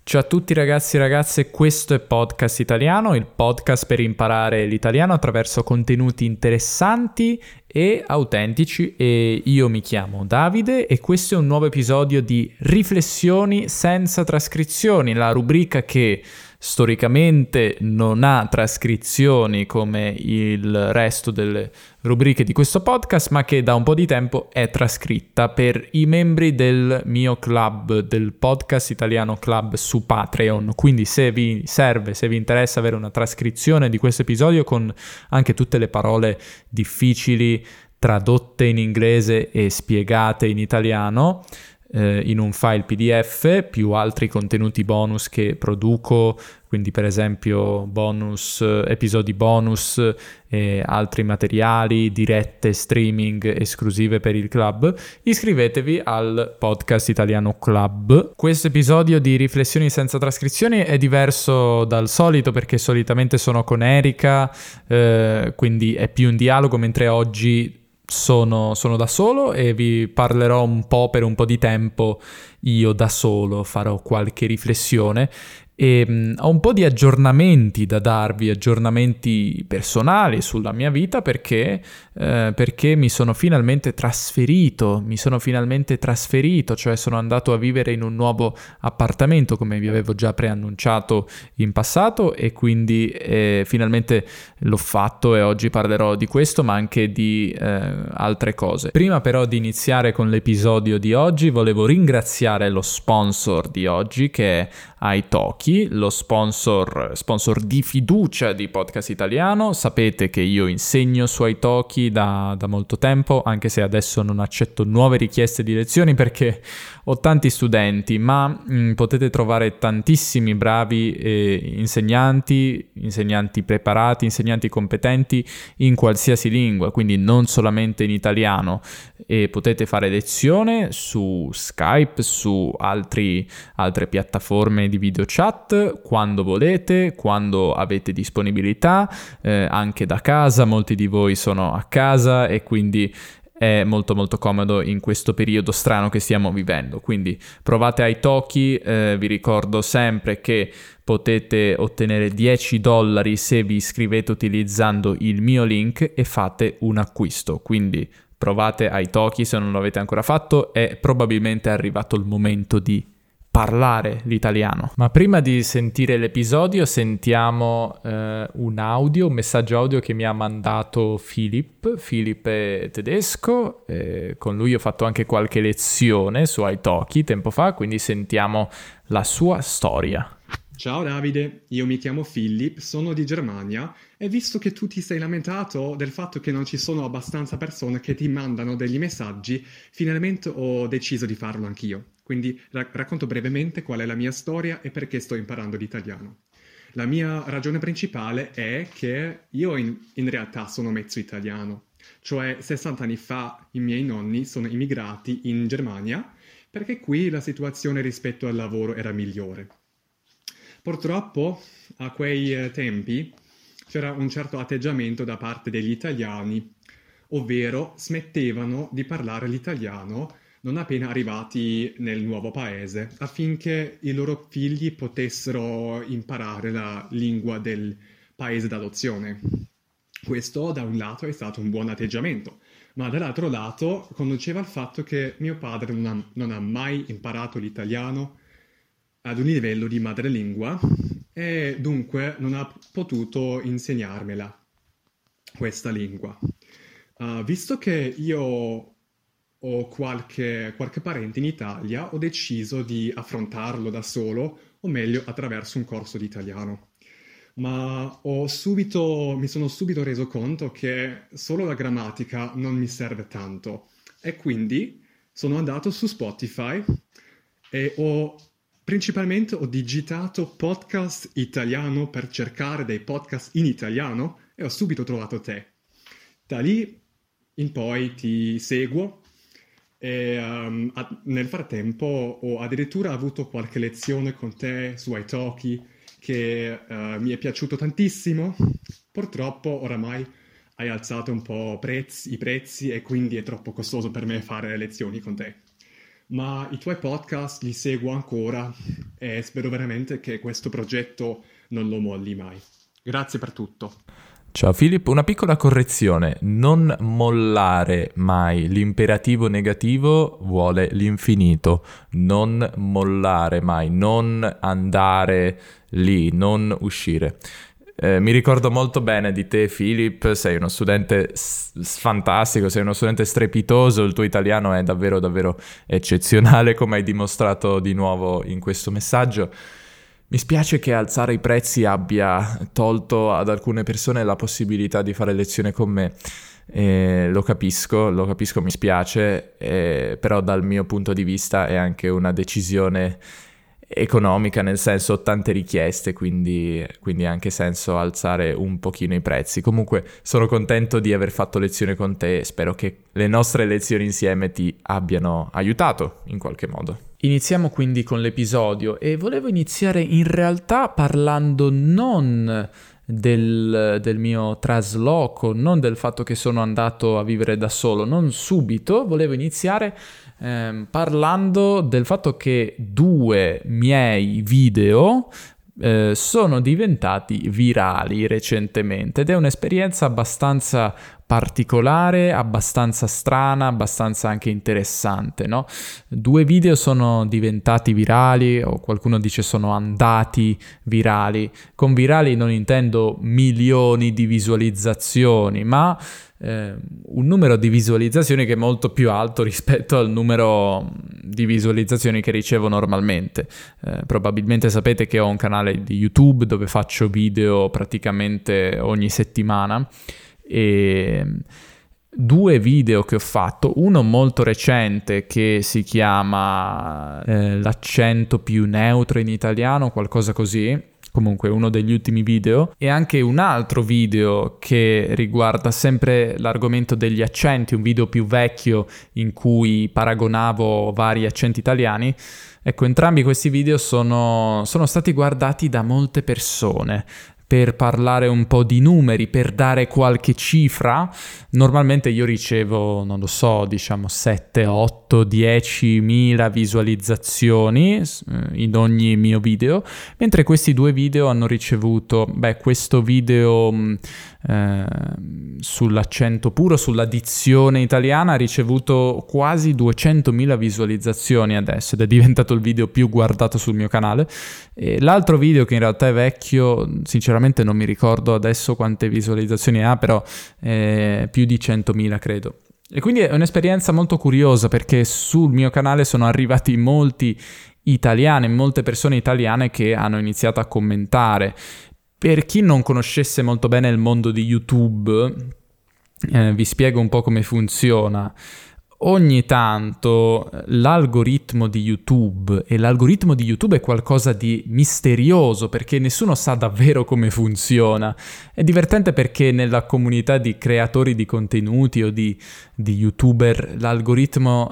Ciao a tutti ragazzi e ragazze, questo è Podcast Italiano, il podcast per imparare l'italiano attraverso contenuti interessanti e autentici, e io mi chiamo Davide e questo è un nuovo episodio di Riflessioni senza trascrizioni, la rubrica che storicamente non ha trascrizioni come il resto delle rubriche di questo podcast, ma che da un po' di tempo è trascritta per i membri del mio club, del Podcast Italiano Club su Patreon. Quindi se vi serve, se vi interessa avere una trascrizione di questo episodio con anche tutte le parole difficili tradotte in inglese e spiegate in italiano, in un file PDF, più altri contenuti bonus che produco, quindi per esempio bonus, episodi bonus e altri materiali, dirette streaming esclusive per il club, iscrivetevi al Podcast Italiano Club. Questo episodio di Riflessioni senza trascrizioni è diverso dal solito perché solitamente sono con Erika, quindi è più un dialogo, mentre oggi sono da solo e vi parlerò un po' per un po' di tempo io da solo, farò qualche riflessione e ho un po' di aggiornamenti da darvi, aggiornamenti personali sulla mia vita perché mi sono finalmente trasferito, cioè sono andato a vivere in un nuovo appartamento come vi avevo già preannunciato in passato, e quindi finalmente l'ho fatto e oggi parlerò di questo ma anche di altre cose. Prima però di iniziare con l'episodio di oggi volevo ringraziare lo sponsor di oggi, che è Italki, lo sponsor di fiducia di Podcast Italiano. Sapete che io insegno su Italki da molto tempo, anche se adesso non accetto nuove richieste di lezioni perché ho tanti studenti, ma potete trovare tantissimi bravi insegnanti preparati, insegnanti competenti in qualsiasi lingua, quindi non solamente in italiano, e potete fare lezione su Skype, su altre piattaforme di video chat, quando volete, quando avete disponibilità, anche da casa. Molti di voi sono a casa e quindi è molto molto comodo in questo periodo strano che stiamo vivendo. Quindi provate Italki, vi ricordo sempre che potete ottenere $10 se vi iscrivete utilizzando il mio link e fate un acquisto. Quindi provate Italki se non lo avete ancora fatto, è probabilmente arrivato il momento di parlare l'italiano. Ma prima di sentire l'episodio sentiamo un messaggio audio che mi ha mandato Philip è tedesco, con lui ho fatto anche qualche lezione su Italki tempo fa, quindi sentiamo la sua storia. Ciao Davide, io mi chiamo Philip, sono di Germania e visto che tu ti sei lamentato del fatto che non ci sono abbastanza persone che ti mandano degli messaggi, finalmente ho deciso di farlo anch'io. Quindi racconto brevemente qual è la mia storia e perché sto imparando l'italiano. La mia ragione principale è che io in realtà sono mezzo italiano, cioè 60 anni fa i miei nonni sono immigrati in Germania perché qui la situazione rispetto al lavoro era migliore. Purtroppo a quei tempi c'era un certo atteggiamento da parte degli italiani, ovvero smettevano di parlare l'italiano non appena arrivati nel nuovo paese, affinché i loro figli potessero imparare la lingua del paese d'adozione. Questo da un lato è stato un buon atteggiamento, ma dall'altro lato conduceva al fatto che mio padre non ha mai imparato l'italiano ad un livello di madrelingua e dunque non ha potuto insegnarmela, questa lingua. Visto che io ho qualche parente in Italia, ho deciso di affrontarlo da solo, o meglio attraverso un corso di italiano. Ma mi sono subito reso conto che solo la grammatica non mi serve tanto, e quindi sono andato su Spotify e principalmente ho digitato podcast italiano per cercare dei podcast in italiano e ho subito trovato te. Da lì in poi ti seguo e nel frattempo ho addirittura avuto qualche lezione con te su Italki che mi è piaciuto tantissimo. Purtroppo oramai hai alzato un po' i prezzi e quindi è troppo costoso per me fare lezioni con te. ma i tuoi podcast li seguo ancora e spero veramente che questo progetto non lo molli mai. Grazie per tutto. Ciao Filippo, una piccola correzione: non mollare mai, l'imperativo negativo vuole l'infinito, non mollare mai, non andare lì, non uscire. Mi ricordo molto bene di te, Philip, sei uno studente fantastico, sei uno studente strepitoso, il tuo italiano è davvero davvero eccezionale, come hai dimostrato di nuovo in questo messaggio. Mi spiace che alzare i prezzi abbia tolto ad alcune persone la possibilità di fare lezione con me. Lo capisco, mi spiace, però dal mio punto di vista è anche una decisione economica, nel senso ho tante richieste, quindi ha anche senso alzare un pochino i prezzi. Comunque sono contento di aver fatto lezione con te e spero che le nostre lezioni insieme ti abbiano aiutato in qualche modo. Iniziamo quindi con l'episodio e volevo iniziare in realtà parlando non del mio trasloco, non del fatto che sono andato a vivere da solo, non subito, volevo iniziare parlando del fatto che 2 miei video sono diventati virali recentemente ed è un'esperienza abbastanza particolare, abbastanza strana, abbastanza anche interessante, no? 2 video sono diventati virali, o qualcuno dice sono andati virali. Con virali non intendo milioni di visualizzazioni, ma un numero di visualizzazioni che è molto più alto rispetto al numero di visualizzazioni che ricevo normalmente. Probabilmente sapete che ho un canale di YouTube dove faccio video praticamente ogni settimana e 2 video che ho fatto, uno molto recente che si chiama l'accento più neutro in italiano, qualcosa così, comunque uno degli ultimi video, e anche un altro video che riguarda sempre l'argomento degli accenti, un video più vecchio in cui paragonavo vari accenti italiani. Ecco, entrambi questi video sono stati guardati da molte persone. Per parlare un po' di numeri, per dare qualche cifra, normalmente io ricevo, non lo so, diciamo 7, 8, 10.000 visualizzazioni in ogni mio video, mentre questi 2 video hanno ricevuto, questo video sull'accento puro, sulla dizione italiana, ha ricevuto quasi 200.000 visualizzazioni adesso ed è diventato il video più guardato sul mio canale. E l'altro video, che in realtà è vecchio, sinceramente non mi ricordo adesso quante visualizzazioni ha, però più di 100.000 credo. E quindi è un'esperienza molto curiosa perché sul mio canale sono arrivati molti italiani, molte persone italiane che hanno iniziato a commentare. Per chi non conoscesse molto bene il mondo di YouTube, vi spiego un po' come funziona. Ogni tanto l'algoritmo di YouTube, e l'algoritmo di YouTube è qualcosa di misterioso perché nessuno sa davvero come funziona. È divertente perché nella comunità di creatori di contenuti o di YouTuber l'algoritmo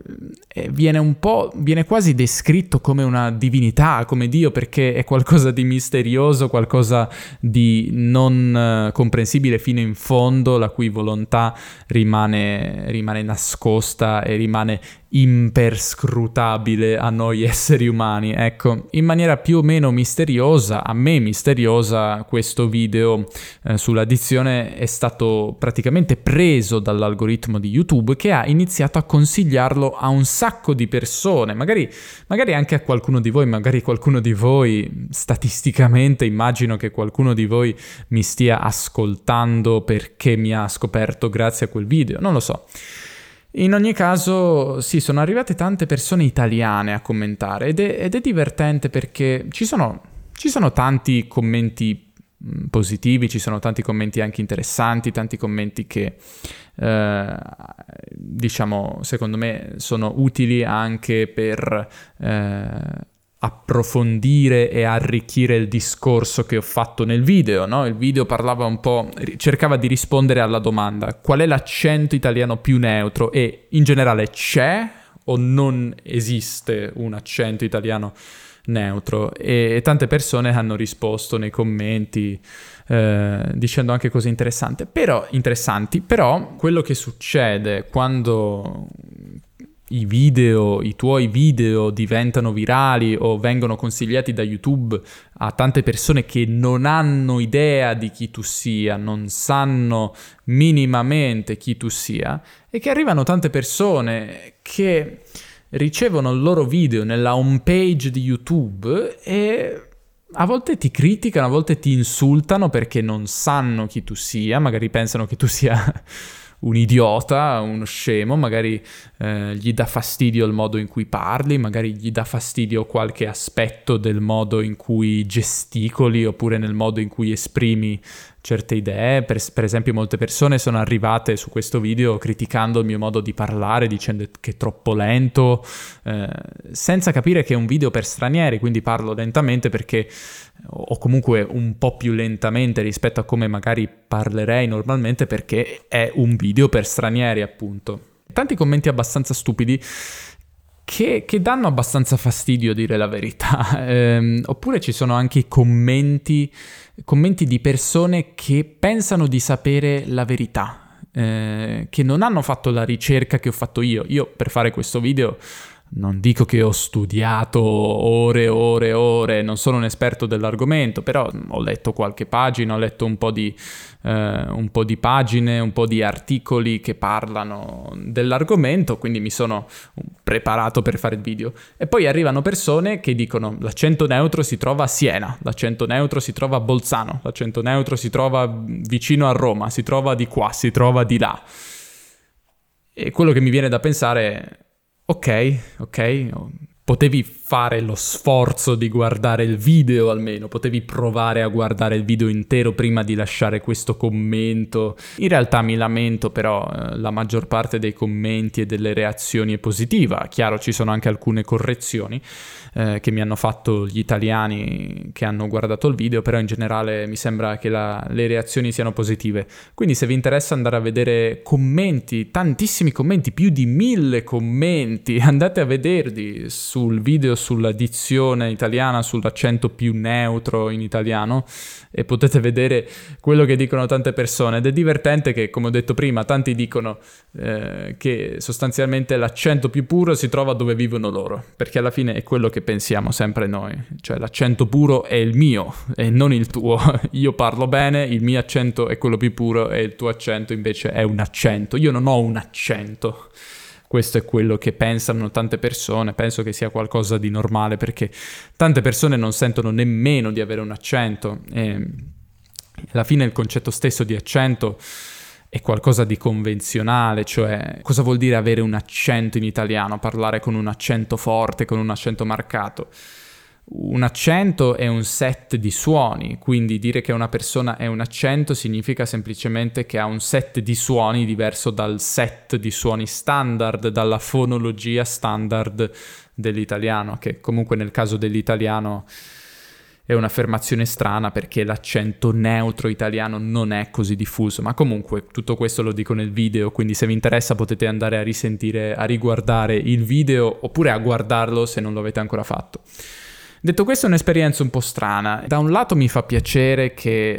viene quasi descritto come una divinità, come Dio, perché è qualcosa di misterioso, qualcosa di non comprensibile fino in fondo, la cui volontà rimane nascosta e rimane imperscrutabile a noi esseri umani. Ecco, in maniera più o meno misteriosa, a me misteriosa, questo video sulla dizione è stato praticamente preso dall'algoritmo di YouTube, che ha iniziato a consigliarlo a un sacco di persone, magari anche a qualcuno di voi, magari qualcuno di voi, statisticamente immagino che qualcuno di voi mi stia ascoltando perché mi ha scoperto grazie a quel video, non lo so. In ogni caso, sì, sono arrivate tante persone italiane a commentare ed è divertente perché ci sono tanti commenti positivi, ci sono tanti commenti anche interessanti, tanti commenti che diciamo secondo me sono utili anche per approfondire e arricchire il discorso che ho fatto nel video, no? Il video parlava un po', cercava di rispondere alla domanda: qual è l'accento italiano più neutro e in generale c'è o non esiste un accento italiano neutro? E tante persone hanno risposto nei commenti dicendo anche cose interessanti, però quello che succede quando i tuoi video diventano virali o vengono consigliati da YouTube a tante persone che non hanno idea di chi tu sia, non sanno minimamente chi tu sia, e che arrivano tante persone che ricevono il loro video nella home page di YouTube e a volte ti criticano, a volte ti insultano perché non sanno chi tu sia, magari pensano che tu sia un idiota, uno scemo, magari gli dà fastidio il modo in cui parli, magari gli dà fastidio qualche aspetto del modo in cui gesticoli oppure nel modo in cui esprimi certe idee. Per esempio, molte persone sono arrivate su questo video criticando il mio modo di parlare, dicendo che è troppo lento, senza capire che è un video per stranieri, quindi parlo lentamente perché, o comunque un po' più lentamente rispetto a come magari parlerei normalmente, perché è un video per stranieri, appunto. Tanti commenti abbastanza stupidi che danno abbastanza fastidio, a dire la verità. Oppure ci sono anche commenti di persone che pensano di sapere la verità, che non hanno fatto la ricerca che ho fatto io. Io per fare questo video non dico che ho studiato ore e ore e ore, non sono un esperto dell'argomento, però ho letto qualche pagina, ho letto un po' di pagine, un po' di articoli che parlano dell'argomento, quindi mi sono preparato per fare il video. E poi arrivano persone che dicono: l'accento neutro si trova a Siena, l'accento neutro si trova a Bolzano, l'accento neutro si trova vicino a Roma, si trova di qua, si trova di là. E quello che mi viene da pensare è: ok, potevi fare lo sforzo di guardare il video almeno, potevi provare a guardare il video intero prima di lasciare questo commento. In realtà mi lamento, però la maggior parte dei commenti e delle reazioni è positiva. Chiaro, ci sono anche alcune correzioni che mi hanno fatto gli italiani che hanno guardato il video, però in generale mi sembra che le reazioni siano positive. Quindi se vi interessa andare a vedere commenti, tantissimi commenti, più di 1000 commenti, andate a vederli sul video sulla dizione italiana, sull'accento più neutro in italiano, e potete vedere quello che dicono tante persone. Ed è divertente che, come ho detto prima, tanti dicono che sostanzialmente l'accento più puro si trova dove vivono loro, perché alla fine è quello che pensiamo sempre noi, cioè l'accento puro è il mio e non il tuo. Io parlo bene, il mio accento è quello più puro e il tuo accento invece è un accento. Io non ho un accento. Questo è quello che pensano tante persone. Penso che sia qualcosa di normale, perché tante persone non sentono nemmeno di avere un accento, e alla fine il concetto stesso di accento è qualcosa di convenzionale. Cioè, cosa vuol dire avere un accento in italiano? Parlare con un accento forte, con un accento marcato. Un accento è un set di suoni, quindi dire che una persona è un accento significa semplicemente che ha un set di suoni diverso dal set di suoni standard, dalla fonologia standard dell'italiano, che comunque nel caso dell'italiano è un'affermazione strana, perché l'accento neutro italiano non è così diffuso. Ma comunque tutto questo lo dico nel video, quindi se vi interessa potete andare a risentire, a riguardare il video, oppure a guardarlo se non lo avete ancora fatto. Detto questo, è un'esperienza un po' strana. Da un lato mi fa piacere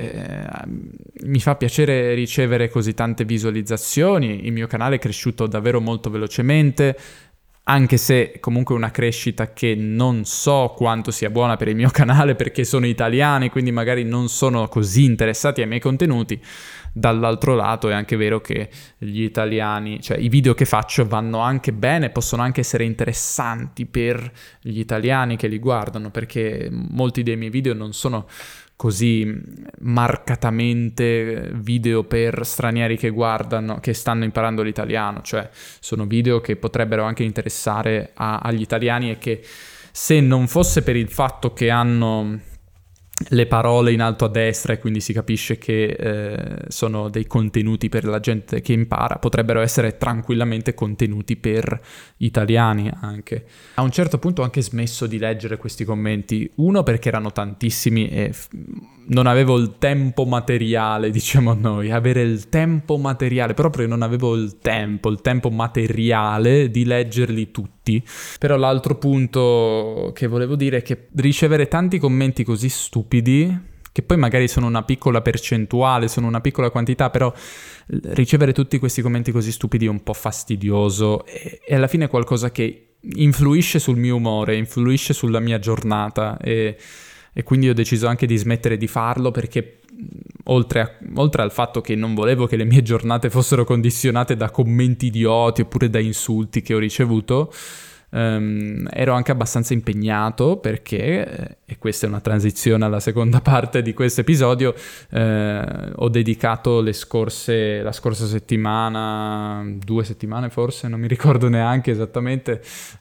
ricevere così tante visualizzazioni. Il mio canale è cresciuto davvero molto velocemente, anche se comunque una crescita che non so quanto sia buona per il mio canale, perché sono italiani, quindi magari non sono così interessati ai miei contenuti. Dall'altro lato è anche vero che gli italiani, cioè i video che faccio vanno anche bene, possono anche essere interessanti per gli italiani che li guardano, perché molti dei miei video non sono così marcatamente video per stranieri che guardano, che stanno imparando l'italiano. Cioè sono video che potrebbero anche interessare agli italiani, e che, se non fosse per il fatto che hanno le parole in alto a destra e quindi si capisce che sono dei contenuti per la gente che impara, potrebbero essere tranquillamente contenuti per italiani anche. A un certo punto ho anche smesso di leggere questi commenti, uno perché erano tantissimi e non avevo il tempo materiale, diciamo noi, avere il tempo materiale, proprio non avevo il tempo materiale di leggerli tutti. Però l'altro punto che volevo dire è che ricevere tanti commenti così stupidi, che poi magari sono una piccola percentuale, sono una piccola quantità, però ricevere tutti questi commenti così stupidi è un po' fastidioso e alla fine è qualcosa che influisce sul mio umore, influisce sulla mia giornata e quindi ho deciso anche di smettere di farlo perché oltre al fatto che non volevo che le mie giornate fossero condizionate da commenti idioti oppure da insulti che ho ricevuto, ero anche abbastanza impegnato perché, e questa è una transizione alla seconda parte di questo episodio, ho dedicato la scorsa settimana, 2 settimane forse, non mi ricordo neanche esattamente,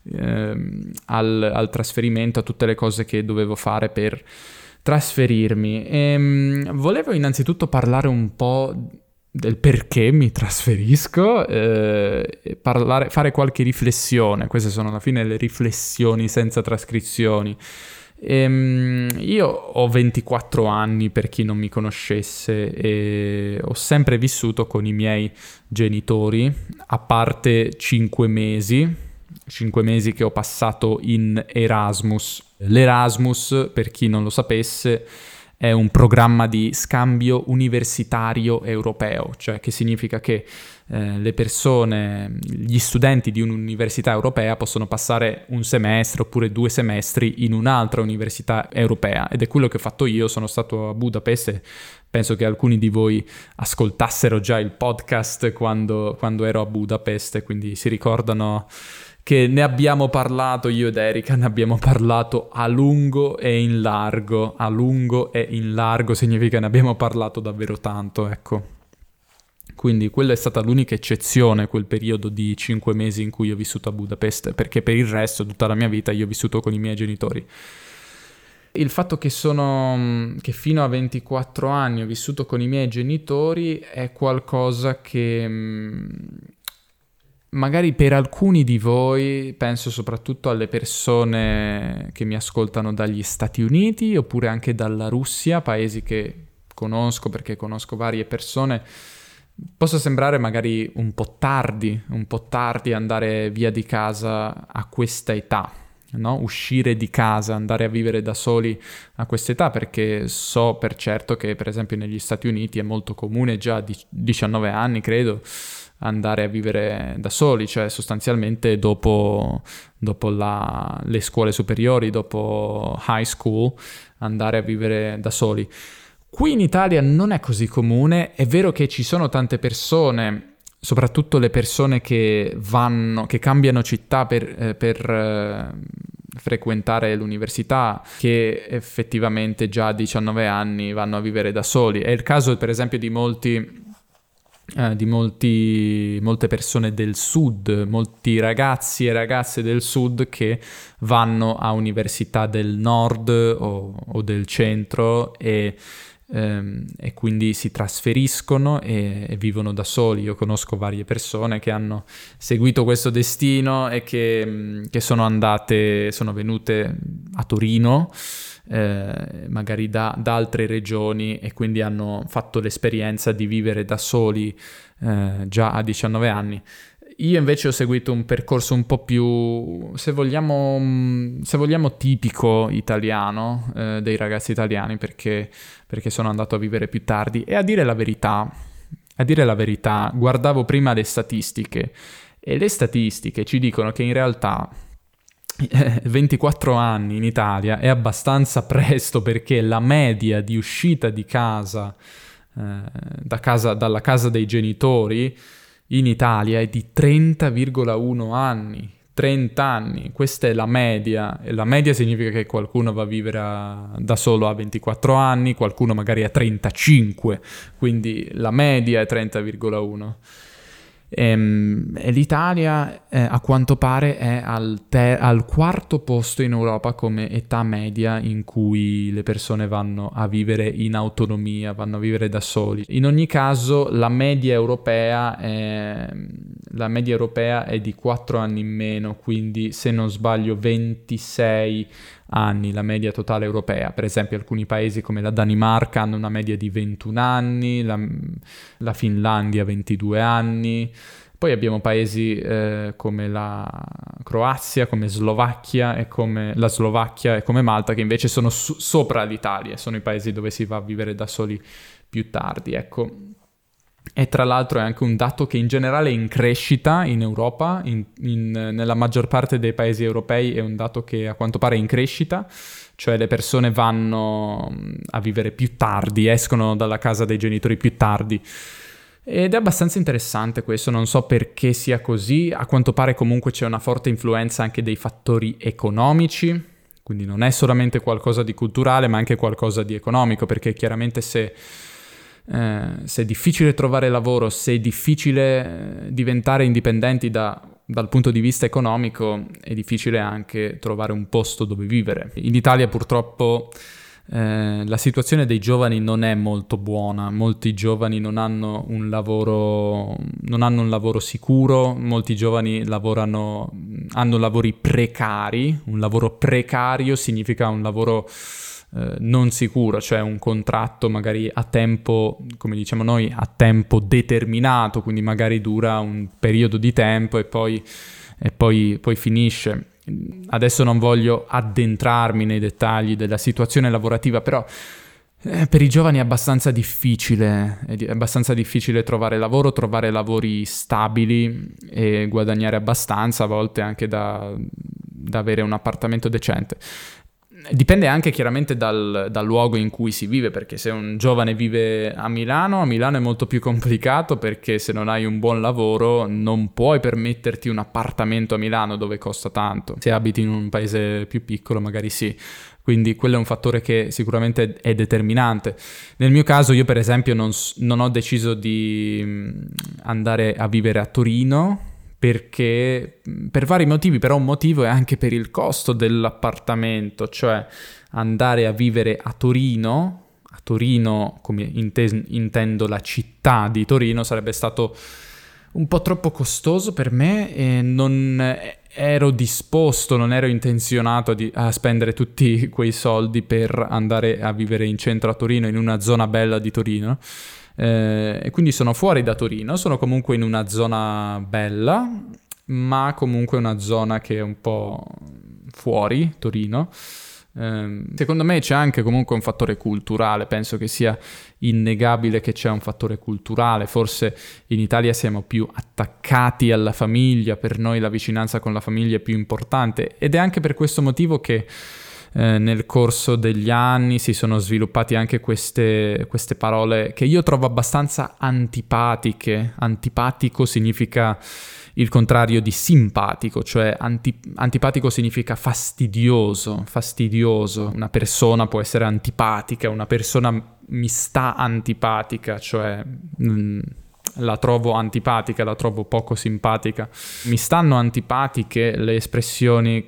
al trasferimento, a tutte le cose che dovevo fare per trasferirmi. Volevo innanzitutto parlare un po' del perché mi trasferisco, fare qualche riflessione. Queste sono alla fine le riflessioni senza trascrizioni. Io ho 24 anni, per chi non mi conoscesse, e ho sempre vissuto con i miei genitori, a parte 5 mesi che ho passato in Erasmus. L'Erasmus, per chi non lo sapesse, è un programma di scambio universitario europeo, cioè che significa che le persone, gli studenti di un'università europea possono passare un semestre oppure 2 semestri in un'altra università europea, ed è quello che ho fatto io. Sono stato a Budapest e penso che alcuni di voi ascoltassero già il podcast quando ero a Budapest, quindi si ricordano che ne abbiamo parlato, io ed Erika ne abbiamo parlato a lungo e in largo. A lungo e in largo significa ne abbiamo parlato davvero tanto, ecco. Quindi quella è stata l'unica eccezione, quel periodo di 5 mesi in cui ho vissuto a Budapest, perché per il resto, tutta la mia vita, io ho vissuto con i miei genitori. Il fatto che fino a 24 anni ho vissuto con i miei genitori è qualcosa che magari per alcuni di voi, penso soprattutto alle persone che mi ascoltano dagli Stati Uniti oppure anche dalla Russia, paesi che conosco perché conosco varie persone, possa sembrare magari un po' tardi andare via di casa a questa età, no? Uscire di casa, andare a vivere da soli a questa età, perché so per certo che per esempio negli Stati Uniti è molto comune già a 19 anni, credo, andare a vivere da soli, cioè sostanzialmente dopo le scuole superiori, dopo high school, andare a vivere da soli. Qui in Italia non è così comune. È vero che ci sono tante persone, soprattutto le persone che cambiano città per frequentare l'università, che effettivamente già a 19 anni vanno a vivere da soli. È il caso per esempio di molte persone del sud, molti ragazzi e ragazze del sud che vanno a università del nord o del centro e quindi si trasferiscono e vivono da soli. Io conosco varie persone che hanno seguito questo destino e che sono venute a Torino, magari da altre regioni, e quindi hanno fatto l'esperienza di vivere da soli già a 19 anni. Io invece ho seguito un percorso un po' più, se vogliamo tipico italiano, dei ragazzi italiani, perché sono andato a vivere più tardi. E a dire la verità, guardavo prima le statistiche, e le statistiche ci dicono che in realtà 24 anni in Italia è abbastanza presto, perché la media di uscita di casa, dalla casa dei genitori in Italia è di 30,1 anni. 30 anni, questa è la media, e la media significa che qualcuno va a vivere da solo a 24 anni, qualcuno magari a 35, quindi la media è 30,1. E l'Italia a quanto pare è al quarto posto in Europa come età media in cui le persone vanno a vivere in autonomia, vanno a vivere da soli. In ogni caso la media europea è di 4 anni in meno, quindi se non sbaglio 26 anni la media totale europea. Per esempio alcuni paesi come la Danimarca hanno una media di 21 anni, la Finlandia 22 anni, Poi abbiamo paesi come la Croazia, come Slovacchia e come la Slovacchia e come Malta, che invece sono sopra l'Italia, sono i paesi dove si va a vivere da soli più tardi, ecco. E tra l'altro è anche un dato che in generale è in crescita in Europa, nella maggior parte dei paesi europei è un dato che a quanto pare è in crescita, cioè le persone vanno a vivere più tardi, escono dalla casa dei genitori più tardi. Ed è abbastanza interessante questo, non so perché sia così, a quanto pare comunque c'è una forte influenza anche dei fattori economici, quindi non è solamente qualcosa di culturale ma anche qualcosa di economico, perché chiaramente se è difficile trovare lavoro, se è difficile diventare indipendenti dal punto di vista economico, è difficile anche trovare un posto dove vivere. In Italia purtroppo la situazione dei giovani non è molto buona, molti giovani non hanno un lavoro sicuro, molti giovani hanno lavori precari, un lavoro precario significa un lavoro non sicuro, cioè un contratto magari a tempo, come diciamo noi, a tempo determinato, quindi magari dura un periodo di tempo e poi finisce. Adesso non voglio addentrarmi nei dettagli della situazione lavorativa, però per i giovani è abbastanza difficile trovare lavoro, trovare lavori stabili e guadagnare abbastanza, a volte anche da avere un appartamento decente. Dipende anche chiaramente dal luogo in cui si vive, perché se un giovane vive a Milano è molto più complicato, perché se non hai un buon lavoro non puoi permetterti un appartamento a Milano dove costa tanto. Se abiti in un paese più piccolo magari sì, quindi quello è un fattore che sicuramente è determinante. Nel mio caso io per esempio non ho deciso di andare a vivere a Torino, perché per vari motivi, però un motivo è anche per il costo dell'appartamento, cioè andare a vivere a Torino, come intendo la città di Torino, sarebbe stato un po' troppo costoso per me e non ero intenzionato a spendere tutti quei soldi per andare a vivere in centro a Torino, in una zona bella di Torino. E quindi sono fuori da Torino, sono comunque in una zona bella, ma comunque una zona che è un po' fuori Torino. Secondo me c'è anche comunque un fattore culturale, penso che sia innegabile che c'è un fattore culturale, forse in Italia siamo più attaccati alla famiglia, per noi la vicinanza con la famiglia è più importante ed è anche per questo motivo che nel corso degli anni si sono sviluppati anche queste parole che io trovo abbastanza antipatiche. Antipatico significa il contrario di simpatico, cioè antipatico significa fastidioso. Una persona può essere antipatica, una persona mi sta antipatica, cioè la trovo antipatica, la trovo poco simpatica. Mi stanno antipatiche le espressioni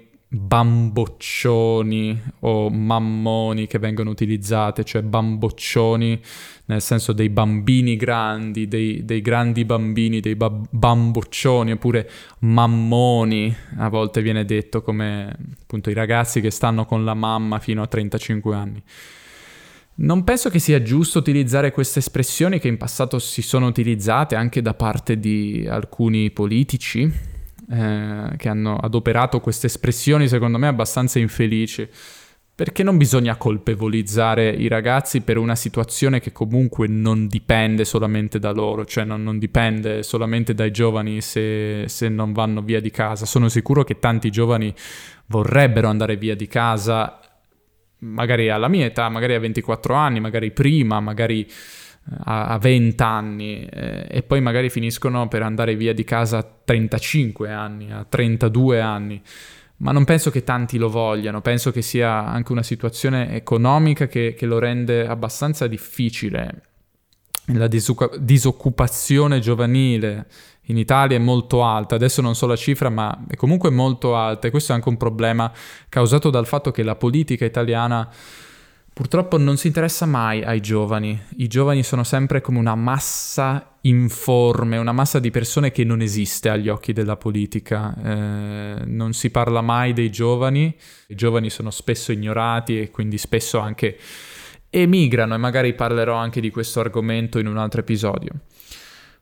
bamboccioni o mammoni che vengono utilizzate, cioè bamboccioni nel senso dei bambini grandi, dei grandi bambini, dei bamboccioni, oppure mammoni, a volte viene detto, come appunto i ragazzi che stanno con la mamma fino a 35 anni. Non penso che sia giusto utilizzare queste espressioni che in passato si sono utilizzate anche da parte di alcuni politici, che hanno adoperato queste espressioni secondo me abbastanza infelici, perché non bisogna colpevolizzare i ragazzi per una situazione che comunque non dipende solamente da loro, cioè non dipende solamente dai giovani se non vanno via di casa. Sono sicuro che tanti giovani vorrebbero andare via di casa, magari alla mia età, magari a 24 anni, magari prima, magari a 20 anni e poi magari finiscono per andare via di casa a 35 anni, a 32 anni, ma non penso che tanti lo vogliano. Penso che sia anche una situazione economica che lo rende abbastanza difficile. La disoccupazione giovanile in Italia è molto alta, adesso non so la cifra ma è comunque molto alta, e questo è anche un problema causato dal fatto che la politica italiana purtroppo non si interessa mai ai giovani. I giovani sono sempre come una massa informe, una massa di persone che non esiste agli occhi della politica. Non si parla mai dei giovani. I giovani sono spesso ignorati e quindi spesso anche emigrano, e magari parlerò anche di questo argomento in un altro episodio.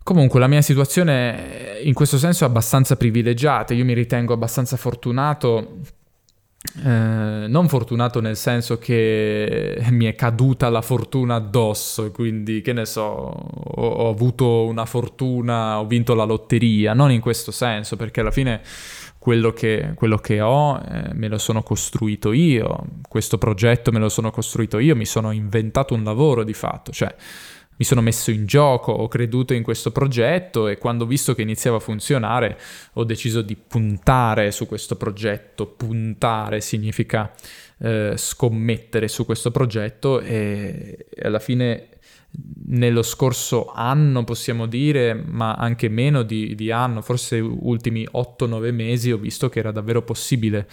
Comunque la mia situazione in questo senso è abbastanza privilegiata, io mi ritengo abbastanza fortunato, non fortunato nel senso che mi è caduta la fortuna addosso, quindi che ne so, ho avuto una fortuna, ho vinto la lotteria, non in questo senso, perché alla fine quello che ho me lo sono costruito io, questo progetto me lo sono costruito io, mi sono inventato un lavoro di fatto, cioè mi sono messo in gioco, ho creduto in questo progetto e quando ho visto che iniziava a funzionare ho deciso di puntare su questo progetto. Puntare significa scommettere su questo progetto e alla fine nello scorso anno possiamo dire, ma anche meno di anno, forse ultimi 8-9 mesi ho visto che era davvero possibile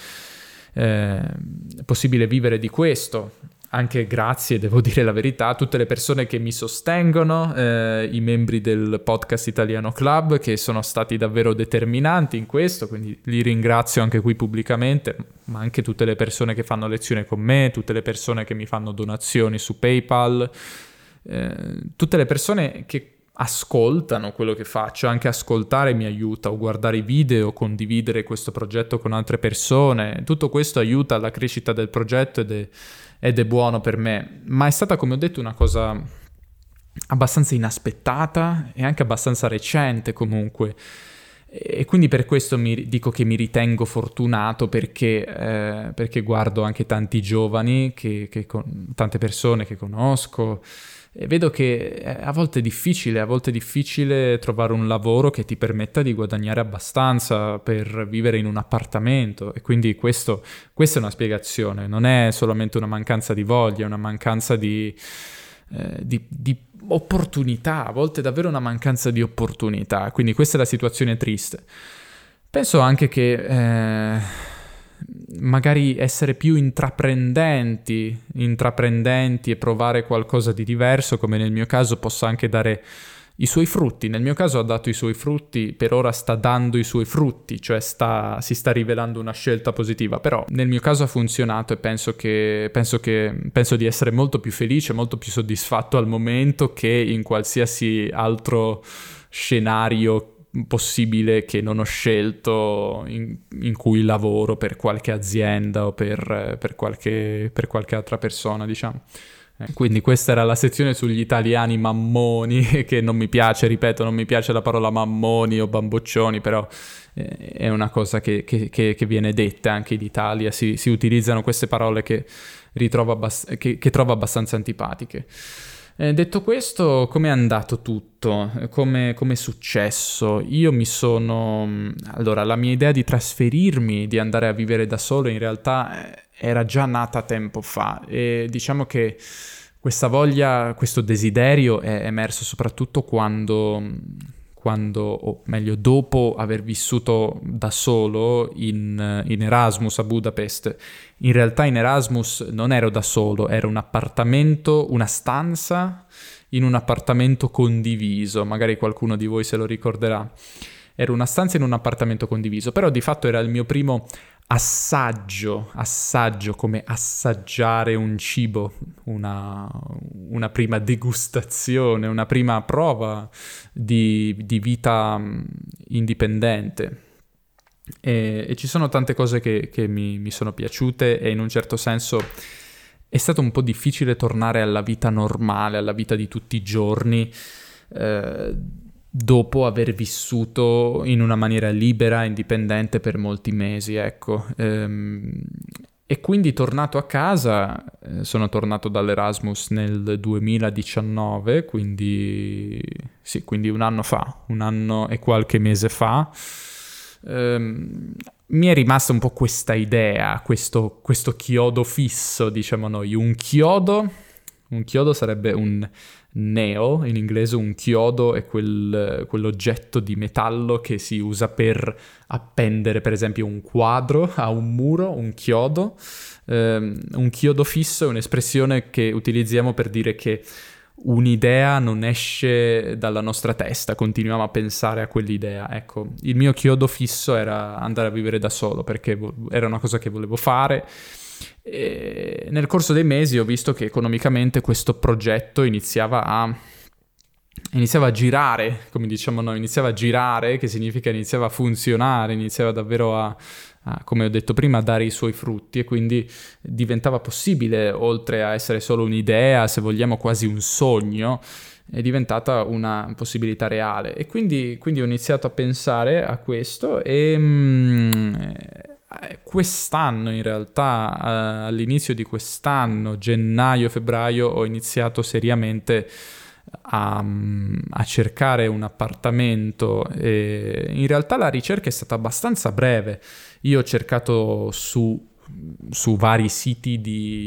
vivere di questo. Anche grazie, devo dire la verità, a tutte le persone che mi sostengono, i membri del Podcast Italiano Club che sono stati davvero determinanti in questo, quindi li ringrazio anche qui pubblicamente, ma anche tutte le persone che fanno lezione con me, tutte le persone che mi fanno donazioni su PayPal, tutte le persone che ascoltano quello che faccio, anche ascoltare mi aiuta, o guardare i video, condividere questo progetto con altre persone, tutto questo aiuta alla crescita del progetto ed è buono per me, ma è stata, come ho detto, una cosa abbastanza inaspettata e anche abbastanza recente comunque, e quindi per questo dico che mi ritengo fortunato perché guardo anche tanti giovani, tante persone che conosco, e vedo che a volte è difficile trovare un lavoro che ti permetta di guadagnare abbastanza per vivere in un appartamento, e quindi questa è una spiegazione, non è solamente una mancanza di voglia, è una mancanza di opportunità, a volte è davvero una mancanza di opportunità, quindi questa è la situazione triste. Penso anche che magari essere più intraprendenti e provare qualcosa di diverso, come nel mio caso, possa anche dare i suoi frutti. Nel mio caso ha dato i suoi frutti, per ora sta dando i suoi frutti, cioè si sta rivelando una scelta positiva, però nel mio caso ha funzionato e penso di essere molto più felice, molto più soddisfatto al momento che in qualsiasi altro scenario possibile che non ho scelto in cui lavoro per qualche azienda o per qualche altra persona, diciamo. Quindi questa era la sezione sugli italiani mammoni, che non mi piace, ripeto, non mi piace la parola mammoni o bamboccioni, però è una cosa che viene detta anche in Italia, si utilizzano queste parole che trovo abbastanza antipatiche. Detto questo, come è andato tutto? Come è successo? Allora, la mia idea di trasferirmi, di andare a vivere da solo, in realtà era già nata tempo fa, e diciamo che questa voglia, questo desiderio è emerso soprattutto quando, o meglio dopo aver vissuto da solo in Erasmus a Budapest. In realtà in Erasmus non ero da solo, era un appartamento, una stanza in un appartamento condiviso, magari qualcuno di voi se lo ricorderà. Era una stanza in un appartamento condiviso, però di fatto era il mio primo assaggio come assaggiare un cibo, una prima degustazione, una prima prova di vita indipendente. E ci sono tante cose che mi sono piaciute, e in un certo senso è stato un po' difficile tornare alla vita normale, alla vita di tutti i giorni, dopo aver vissuto in una maniera libera e indipendente per molti mesi, ecco. E quindi tornato a casa, sono tornato dall'Erasmus nel 2019, quindi un anno e qualche mese fa. Mi è rimasta un po' questa idea, questo chiodo fisso, diciamo noi. Un chiodo sarebbe un nail, in inglese. Un chiodo è quell'oggetto di metallo che si usa per appendere, per esempio, un quadro a un muro, un chiodo. Un chiodo fisso è un'espressione che utilizziamo per dire che un'idea non esce dalla nostra testa, continuiamo a pensare a quell'idea. Ecco, il mio chiodo fisso era andare a vivere da solo, perché era una cosa che volevo fare. E nel corso dei mesi ho visto che economicamente questo progetto iniziava iniziava a girare, come diciamo noi, iniziava a girare, che significa iniziava a funzionare, iniziava davvero come ho detto prima, a dare i suoi frutti, e quindi diventava possibile, oltre a essere solo un'idea, se vogliamo quasi un sogno, è diventata una possibilità reale. E quindi ho iniziato a pensare a questo e quest'anno, in realtà, all'inizio di quest'anno, gennaio-febbraio, ho iniziato seriamente a cercare un appartamento. E in realtà la ricerca è stata abbastanza breve. Io ho cercato su vari siti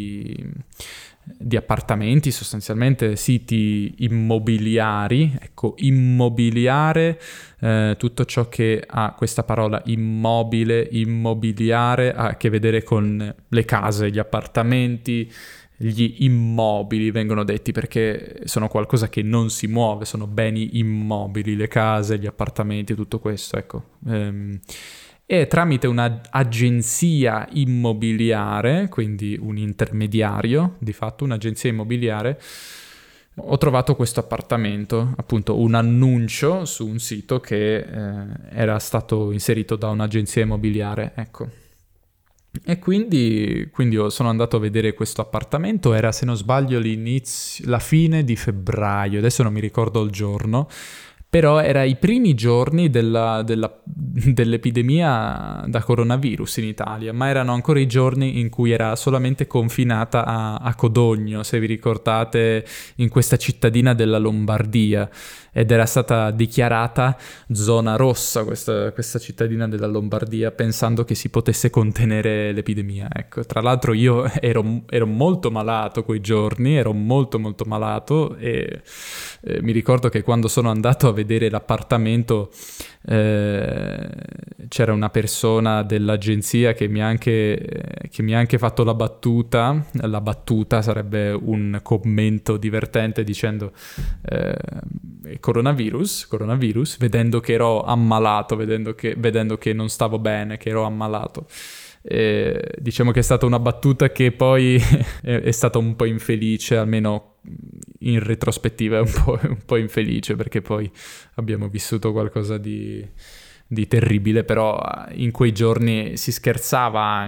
di appartamenti, sostanzialmente siti immobiliari. Ecco, immobiliare, tutto ciò che ha questa parola immobile, immobiliare, ha a che vedere con le case, gli appartamenti. Gli immobili vengono detti perché sono qualcosa che non si muove, sono beni immobili, le case, gli appartamenti, tutto questo, ecco. E tramite un'agenzia immobiliare, quindi un intermediario, di fatto un'agenzia immobiliare, ho trovato questo appartamento, appunto un annuncio su un sito che era stato inserito da un'agenzia immobiliare, ecco. E quindi sono andato a vedere questo appartamento. Era, se non sbaglio, la fine di febbraio, adesso non mi ricordo il giorno, però era i primi giorni dell'epidemia da coronavirus in Italia, ma erano ancora i giorni in cui era solamente confinata a Codogno, se vi ricordate, in questa cittadina della Lombardia, ed era stata dichiarata zona rossa questa cittadina della Lombardia, pensando che si potesse contenere l'epidemia. Ecco, tra l'altro io ero molto malato quei giorni, ero molto molto malato, e mi ricordo che quando sono andato a vedere l'appartamento c'era una persona dell'agenzia che mi ha anche fatto la battuta vedendo un commento divertente dicendo coronavirus, vedendo che ero ammalato, vedendo che non stavo bene, che ero ammalato. Diciamo che è stata una battuta che poi è stata un po' infelice, almeno in retrospettiva è un po' infelice, perché poi abbiamo vissuto qualcosa di terribile, però in quei giorni si scherzava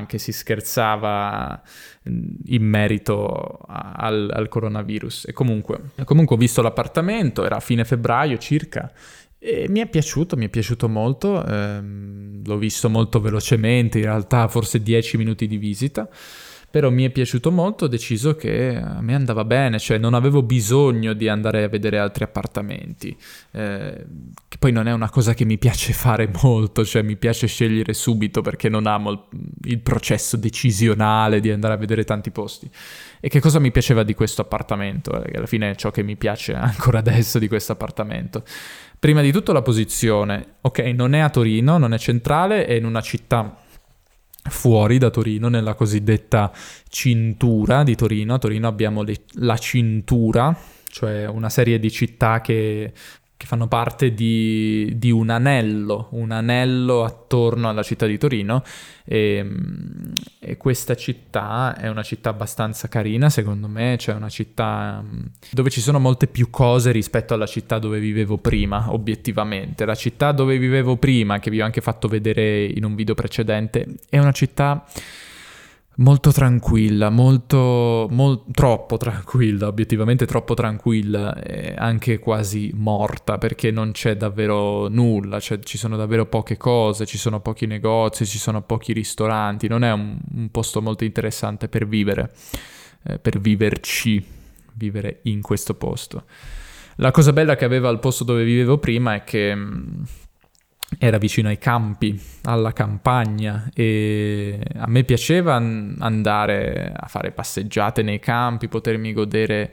in merito al coronavirus. E comunque ho visto l'appartamento, era a fine febbraio circa, e mi è piaciuto molto. L'ho visto molto velocemente, in realtà forse 10 minuti di visita, però mi è piaciuto molto. Ho deciso che a me andava bene, cioè non avevo bisogno di andare a vedere altri appartamenti, che poi non è una cosa che mi piace fare molto, cioè mi piace scegliere subito perché non amo il processo decisionale di andare a vedere tanti posti. E che cosa mi piaceva di questo appartamento? Che alla fine è ciò che mi piace ancora adesso di questo appartamento. Prima di tutto la posizione. Ok, non è a Torino, non è centrale, è in una città fuori da Torino, nella cosiddetta cintura di Torino. A Torino abbiamo la cintura, cioè una serie di città che fanno parte di un anello attorno alla città di Torino, e questa città è una città abbastanza carina, secondo me. Cioè una città dove ci sono molte più cose rispetto alla città dove vivevo prima, obiettivamente. La città dove vivevo prima, che vi ho anche fatto vedere in un video precedente, è una città molto tranquilla, troppo tranquilla, obiettivamente troppo tranquilla, e anche quasi morta, perché non c'è davvero nulla, cioè ci sono davvero poche cose, ci sono pochi negozi, ci sono pochi ristoranti. Non è un posto molto interessante per vivere, vivere in questo posto. La cosa bella che aveva il posto dove vivevo prima è che era vicino ai campi, alla campagna, e a me piaceva andare a fare passeggiate nei campi, potermi godere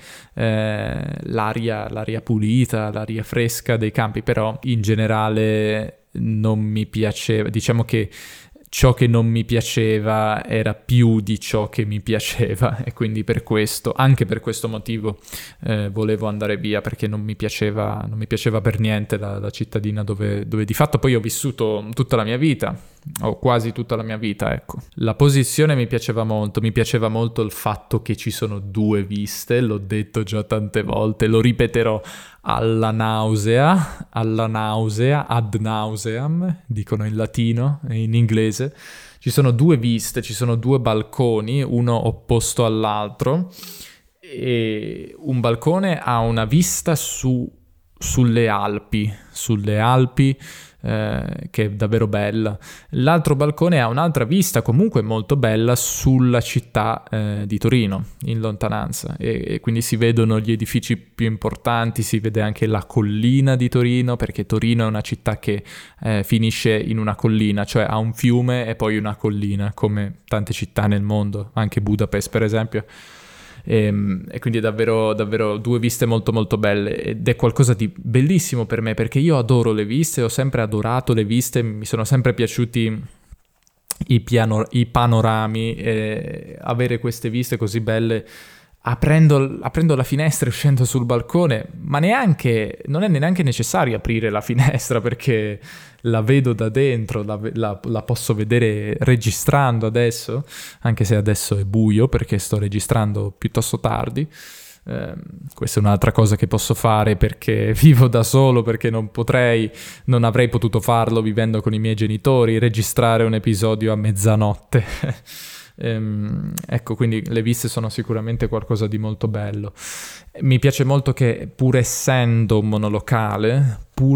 l'aria pulita, l'aria fresca dei campi. Però in generale non mi piaceva, diciamo che ciò che non mi piaceva era più di ciò che mi piaceva, e quindi anche per questo motivo volevo andare via, perché non mi piaceva per niente la cittadina dove di fatto poi ho vissuto tutta la mia vita. o quasi tutta la mia vita, ecco. La posizione mi piaceva molto il fatto che ci sono 2 viste, l'ho detto già tante volte, lo ripeterò alla nausea, ad nauseam, dicono in latino e in inglese. Ci sono 2 viste, ci sono 2 balconi, uno opposto all'altro, e un balcone ha una vista sulle Alpi, che è davvero bella. L'altro balcone ha un'altra vista comunque molto bella sulla città di Torino, in lontananza, e quindi si vedono gli edifici più importanti, si vede anche la collina di Torino, perché Torino è una città che finisce in una collina, cioè ha un fiume e poi una collina, come tante città nel mondo, anche Budapest per esempio. E quindi è davvero 2 viste molto molto belle, ed è qualcosa di bellissimo per me, perché io adoro le viste, ho sempre adorato le viste, mi sono sempre piaciuti i panorami, e avere queste viste così belle aprendo la finestra e uscendo sul balcone, ma non è neanche necessario aprire la finestra, perché la vedo da dentro, la posso vedere registrando adesso, anche se adesso è buio perché sto registrando piuttosto tardi. Questa è un'altra cosa che posso fare perché vivo da solo, perché non avrei potuto farlo vivendo con i miei genitori, registrare un episodio a mezzanotte. Ecco, quindi le viste sono sicuramente qualcosa di molto bello. Mi piace molto che pur essendo un monolocale,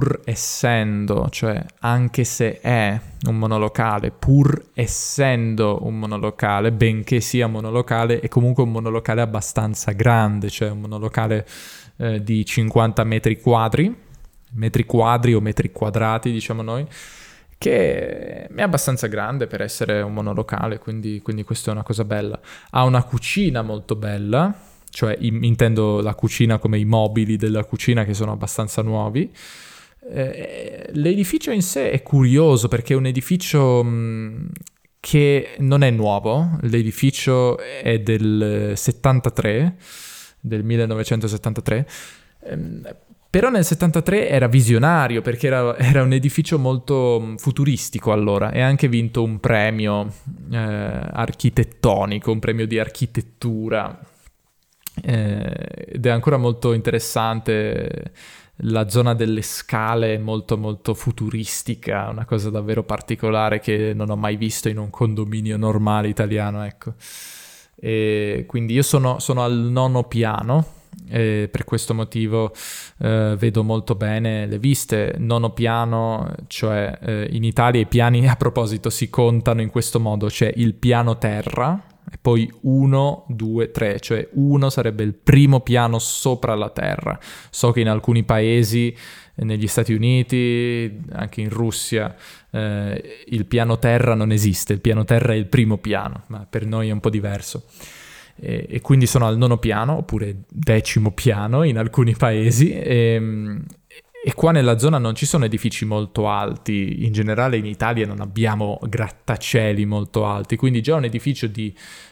cioè anche se è un monolocale, pur essendo un monolocale, benché sia monolocale, è comunque un monolocale abbastanza grande, cioè un monolocale di 50 metri quadri o metri quadrati, diciamo noi, che è abbastanza grande per essere un monolocale, quindi questa è una cosa bella. Ha una cucina molto bella, cioè intendo la cucina come i mobili della cucina, che sono abbastanza nuovi. L'edificio in sé è curioso perché è un edificio che non è nuovo, l'edificio è del 73, del 1973, però nel 73 era visionario perché era un edificio molto futuristico allora, e ha anche vinto un premio architettonico, un premio di architettura, ed è ancora molto interessante. La zona delle scale è molto molto futuristica, una cosa davvero particolare che non ho mai visto in un condominio normale italiano, ecco. E quindi io sono al 9° piano, e per questo motivo vedo molto bene le viste. 9° piano, cioè in Italia i piani, a proposito, si contano in questo modo: c'è il piano terra e poi 1, 2, 3, cioè 1 sarebbe il primo piano sopra la terra. So che in alcuni paesi, negli Stati Uniti, anche in Russia, il piano terra non esiste, il piano terra è il primo piano, ma per noi è un po' diverso. E quindi sono al 9° piano, oppure 10° piano in alcuni paesi, e qua nella zona non ci sono edifici molto alti. In generale in Italia non abbiamo grattacieli molto alti, quindi già un edificio di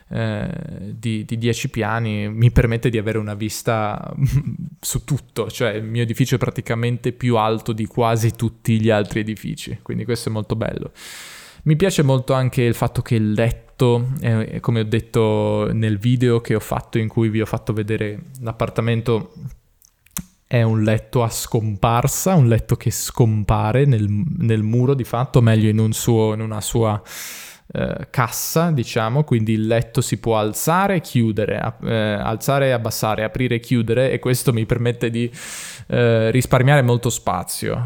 10 piani mi permette di avere una vista su tutto, cioè il mio edificio è praticamente più alto di quasi tutti gli altri edifici, quindi questo è molto bello. Mi piace molto anche il fatto che il letto, come ho detto nel video che ho fatto in cui vi ho fatto vedere l'appartamento, è un letto a scomparsa, un letto che scompare nel muro di fatto, meglio in una sua cassa, diciamo, quindi il letto si può alzare e chiudere, alzare e abbassare, aprire e chiudere, e questo mi permette di risparmiare molto spazio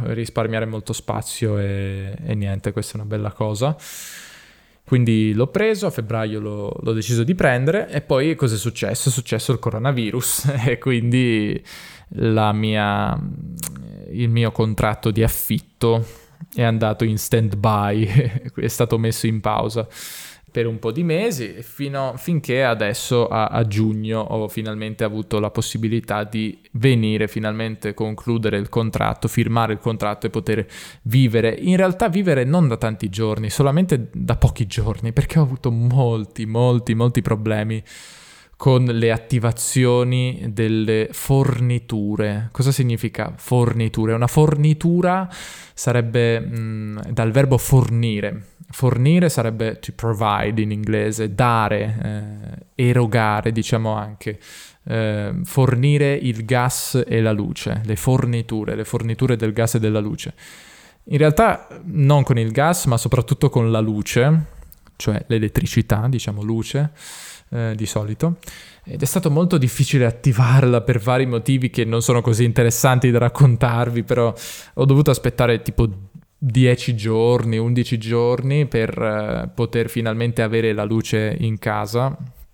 e niente, questa è una bella cosa. Quindi l'ho preso, a febbraio l'ho deciso di prendere, e poi cosa è successo? È successo il coronavirus e quindi il mio contratto di affitto è andato in stand-by, è stato messo in pausa per un po' di mesi, finché adesso a giugno ho finalmente avuto la possibilità di venire, finalmente concludere il contratto, firmare il contratto e poter vivere. In realtà vivere non da tanti giorni, solamente da pochi giorni, perché ho avuto molti problemi con le attivazioni delle forniture. Cosa significa forniture? Una fornitura sarebbe dal verbo fornire. Fornire sarebbe to provide in inglese, dare, erogare, diciamo anche. Fornire il gas e la luce, le forniture del gas e della luce. In realtà non con il gas, ma soprattutto con la luce, cioè l'elettricità, diciamo luce, di solito. Ed è stato molto difficile attivarla per vari motivi che non sono così interessanti da raccontarvi, però ho dovuto aspettare tipo 10 giorni, 11 giorni per poter finalmente avere la luce in casa.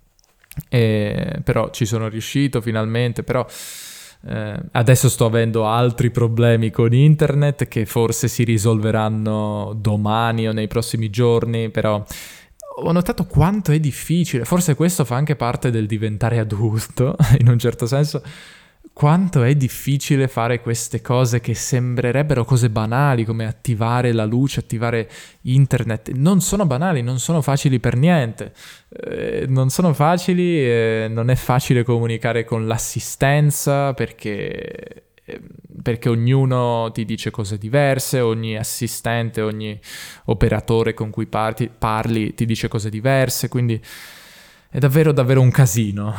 Però ci sono riuscito finalmente, però adesso sto avendo altri problemi con internet che forse si risolveranno domani o nei prossimi giorni, però ho notato quanto è difficile, forse questo fa anche parte del diventare adulto, in un certo senso, quanto è difficile fare queste cose che sembrerebbero cose banali, come attivare la luce, attivare internet. Non sono banali, non sono facili per niente. Non sono facili, non è facile comunicare con l'assistenza perché ognuno ti dice cose diverse, ogni assistente, ogni operatore con cui parli ti dice cose diverse, quindi è davvero un casino,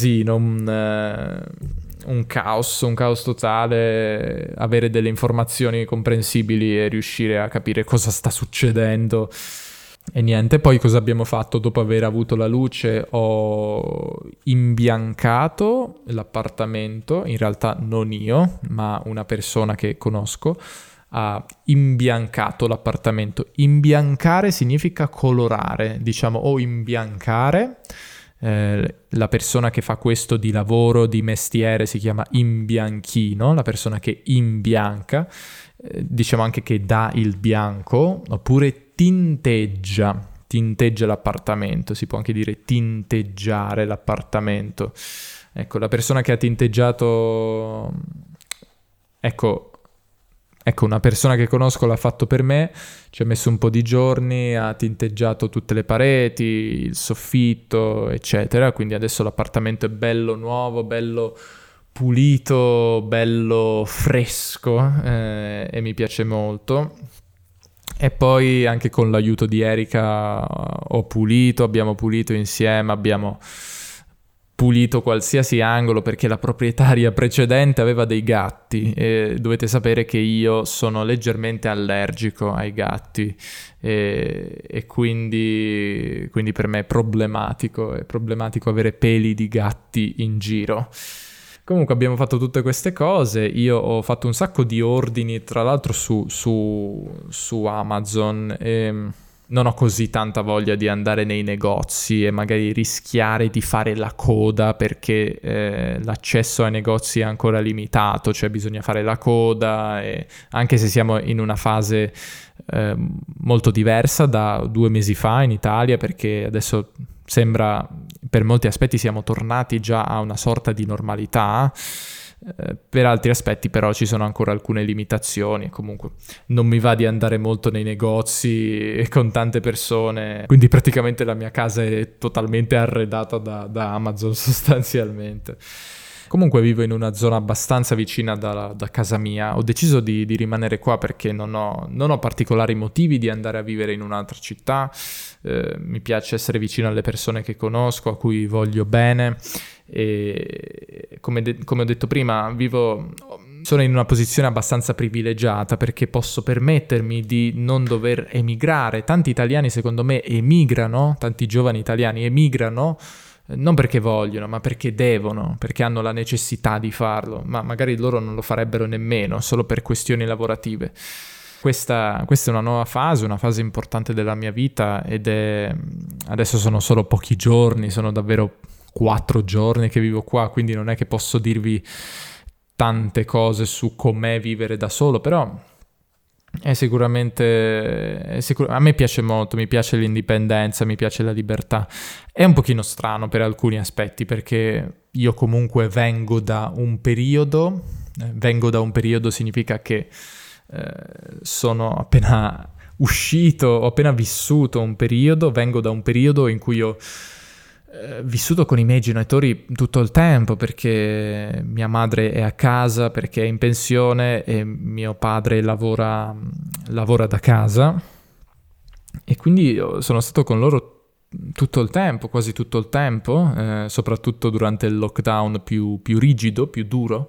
un caos totale, avere delle informazioni comprensibili e riuscire a capire cosa sta succedendo. E niente, poi cosa abbiamo fatto dopo aver avuto la luce? Ho imbiancato l'appartamento, in realtà non io, ma una persona che conosco ha imbiancato l'appartamento. Imbiancare significa colorare, diciamo, o imbiancare. La persona che fa questo di lavoro, di mestiere, si chiama imbianchino, la persona che imbianca, diciamo anche che dà il bianco, oppure tinteggia l'appartamento, si può anche dire tinteggiare l'appartamento. Ecco, la persona che ha tinteggiato, ecco, una persona che conosco l'ha fatto per me, ci ha messo un po' di giorni, ha tinteggiato tutte le pareti, il soffitto, eccetera, quindi adesso l'appartamento è bello nuovo, bello pulito, bello fresco, e mi piace molto. E poi anche con l'aiuto di Erika abbiamo pulito insieme, abbiamo pulito qualsiasi angolo perché la proprietaria precedente aveva dei gatti e dovete sapere che io sono leggermente allergico ai gatti e quindi per me è problematico avere peli di gatti in giro. Comunque abbiamo fatto tutte queste cose, io ho fatto un sacco di ordini, tra l'altro su Amazon, e non ho così tanta voglia di andare nei negozi e magari rischiare di fare la coda perché l'accesso ai negozi è ancora limitato, cioè bisogna fare la coda, e anche se siamo in una fase molto diversa da 2 mesi fa in Italia, perché adesso sembra per molti aspetti siamo tornati già a una sorta di normalità. Per altri aspetti però ci sono ancora alcune limitazioni, comunque non mi va di andare molto nei negozi con tante persone, quindi praticamente la mia casa è totalmente arredata da Amazon sostanzialmente. Comunque vivo in una zona abbastanza vicina da casa mia, ho deciso di rimanere qua perché non ho particolari motivi di andare a vivere in un'altra città, mi piace essere vicino alle persone che conosco, a cui voglio bene. E come ho detto prima, sono in una posizione abbastanza privilegiata perché posso permettermi di non dover emigrare. Tanti italiani secondo me emigrano, tanti giovani italiani emigrano non perché vogliono, ma perché devono, perché hanno la necessità di farlo, ma magari loro non lo farebbero nemmeno, solo per questioni lavorative. Questa è una fase importante della mia vita adesso sono solo pochi giorni, sono davvero 4 giorni che vivo qua, quindi non è che posso dirvi tante cose su com'è vivere da solo, però a me piace molto, mi piace l'indipendenza, mi piace la libertà. È un pochino strano per alcuni aspetti perché io comunque vengo da un periodo significa che sono appena uscito, ho appena vissuto un periodo, vengo da un periodo in cui ho vissuto con i miei genitori tutto il tempo, perché mia madre è a casa perché è in pensione e mio padre lavora da casa, e quindi sono stato con loro tutto il tempo, quasi tutto il tempo, soprattutto durante il lockdown più rigido, più duro.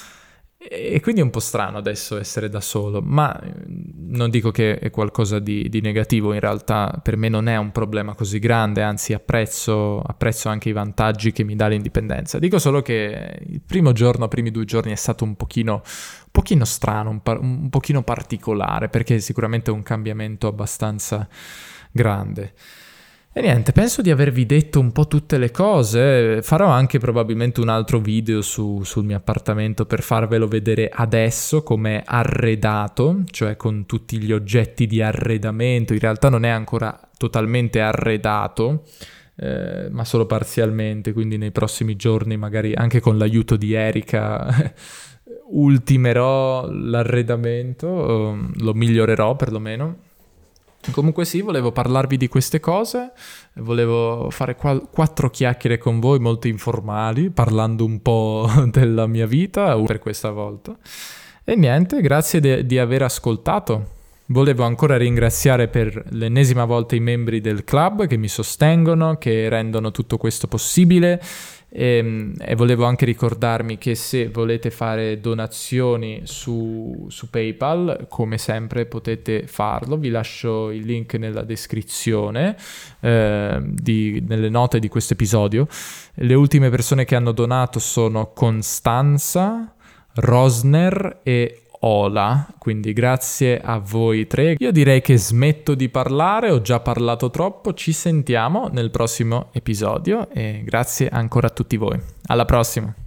E quindi è un po' strano adesso essere da solo, ma non dico che è qualcosa di negativo, in realtà per me non è un problema così grande, anzi apprezzo anche i vantaggi che mi dà l'indipendenza. Dico solo che i primi 2 giorni è stato un pochino strano, un pochino particolare, perché sicuramente è un cambiamento abbastanza grande. E niente, penso di avervi detto un po' tutte le cose. Farò anche probabilmente un altro video sul mio appartamento per farvelo vedere adesso com'è arredato, cioè con tutti gli oggetti di arredamento. In realtà non è ancora totalmente arredato, ma solo parzialmente, quindi nei prossimi giorni, magari anche con l'aiuto di Erika, ultimerò l'arredamento, lo migliorerò perlomeno. Comunque sì, volevo parlarvi di queste cose, volevo fare 4 chiacchiere con voi molto informali, parlando un po' della mia vita per questa volta. E niente, grazie di aver ascoltato. Volevo ancora ringraziare per l'ennesima volta i membri del club che mi sostengono, che rendono tutto questo possibile. E volevo anche ricordarmi che se volete fare donazioni su PayPal, come sempre potete farlo. Vi lascio il link nella descrizione, nelle note di questo episodio. Le ultime persone che hanno donato sono Costanza, Rosner e Ola, quindi grazie a voi 3. Io direi che smetto di parlare, ho già parlato troppo, ci sentiamo nel prossimo episodio e grazie ancora a tutti voi. Alla prossima!